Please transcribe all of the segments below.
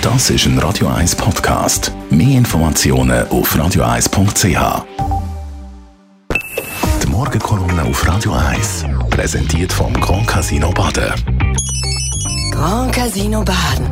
Das ist ein Radio 1 Podcast. Mehr Informationen auf radio1.ch. Die Morgenkolumne auf Radio 1 präsentiert vom Grand Casino Baden. Grand Casino Baden.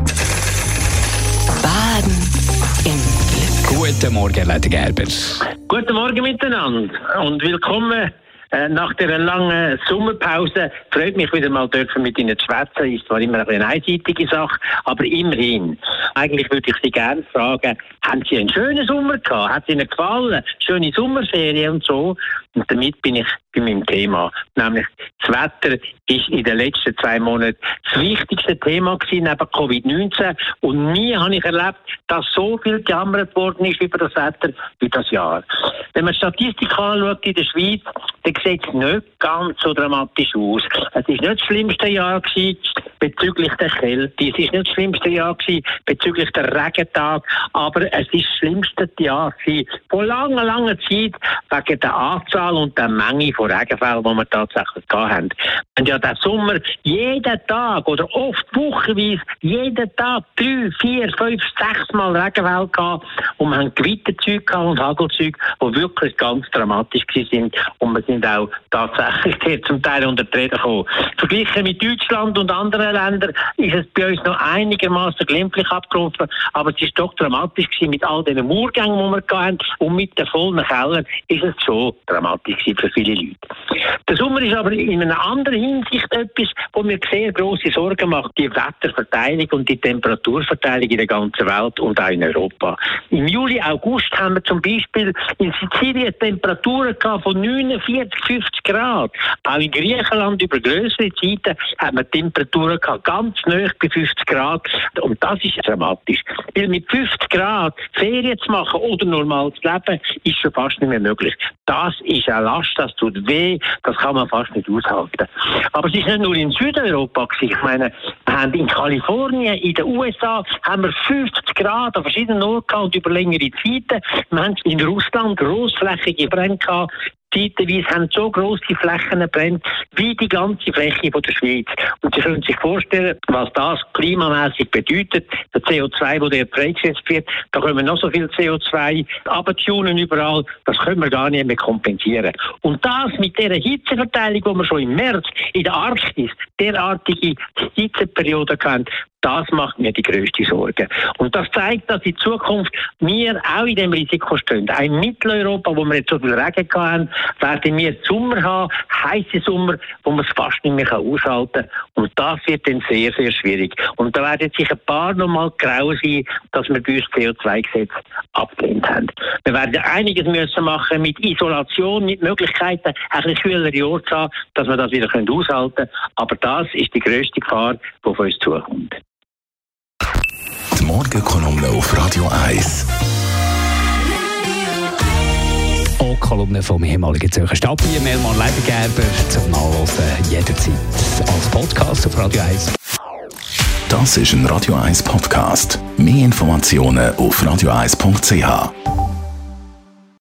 Baden im Glück. Guten Morgen, Leute Gerber. Guten Morgen miteinander und willkommen nach dieser langen Sommerpause. Freut mich wieder mal dürfen mit Ihnen zu schwätzen. Ist zwar immer eine einseitige Sache, aber immerhin. Eigentlich würde ich Sie gerne fragen, haben Sie einen schönen Sommer gehabt? Hat es Ihnen gefallen? Schöne Sommerferien und so? Und damit bin ich bei meinem Thema. Nämlich das Wetter ist in den letzten 2 Monaten das wichtigste Thema gewesen, neben Covid-19. Und nie habe ich erlebt, dass so viel gejammert worden ist über das Wetter wie das Jahr. Wenn man die Statistik anschaut in der Schweiz, dann sieht es nicht ganz so dramatisch aus. Es ist nicht das schlimmste Jahr gewesen bezüglich der Kälte. Es ist nicht das schlimmste Jahr gewesen bezüglich der Regentage. Aber es ist das schlimmste Jahr gewesen von langer Zeit wegen der Anzahl und der Menge von Regenfällen, die wir tatsächlich gehabt haben. Und ja, der Sommer jeden Tag oder oft wochenweise jeden Tag 3, 4, 5, 6 Mal Regenfälle gehabt. Und wir haben Gewitterzeuge gehabt und Hagelzeuge, die wirklich ganz dramatisch sind. Und wir sind auch tatsächlich zum Teil unter die Räder gekommen. Verglichen mit Deutschland und anderen Ländern ist es bei uns noch einigermaßen glimpflich abgelaufen. Aber es ist doch dramatisch gewesen mit all den Murgängen, die wir gehabt haben. Und mit den vollen Kellern ist es schon dramatisch gewesen für viele Leute. Der Sommer ist aber in einer anderen Hinsicht etwas, wo mir sehr grosse Sorgen macht. Die Wetterverteilung und die Temperaturverteilung in der ganzen Welt und auch in Europa. Im Juli, August haben wir zum Beispiel in Sizilien Temperaturen gehabt von 49, 50 Grad. Auch in Griechenland über grössere Zeiten hat man Temperaturen gehabt, ganz nahe bei 50 Grad. Und das ist dramatisch. Weil mit 50 Grad Ferien zu machen oder normal zu leben, ist schon fast nicht mehr möglich. Das ist eine Last, das tut weh, das kann man fast nicht aushalten. Aber es ist nicht nur in Südeuropa gewesen. Ich meine, wir haben in Kalifornien, in den USA, haben wir 50 Grad an verschiedenen Orten gehabt und über längere Zeiten. Wir haben in Russland grossflächige Brände gehabt. Zeitweise haben so grosse Flächen brennt wie die ganze Fläche von der Schweiz. Und Sie können sich vorstellen, was das klimamässig bedeutet. Der CO2, der freigesetzt wird, da können wir noch so viel CO2 abtunen überall, das können wir gar nicht mehr kompensieren. Und das mit dieser Hitzeverteilung, die wir schon im März in der Arktis derartige Hitzeperiode hatten, das macht mir die grösste Sorge. Und das zeigt, dass in Zukunft wir auch in dem Risiko stehen. Auch in Mitteleuropa, wo wir jetzt so viel Regen haben, werden wir Sommer haben, heisse Sommer, wo man es fast nicht mehr aushalten kann. Und das wird dann sehr, sehr schwierig. Und da werden sich ein paar noch mal grau sein, dass wir bei uns CO2-Gesetz abgelehnt haben. Wir werden einiges müssen machen mit Isolation, mit Möglichkeiten, ein bisschen kühlere Orte zu haben, dass wir das wieder aushalten können. Aber das ist die grösste Gefahr, die auf uns zukommt. Die Morgenkolumne auf Radio 1. Auch Kolumne vom ehemaligen Zürcher Stadtbier, Melman Ledergerber, zum Nachhören jederzeit als Podcast auf Radio 1. Das ist ein Radio 1 Podcast. Mehr Informationen auf radio1.ch.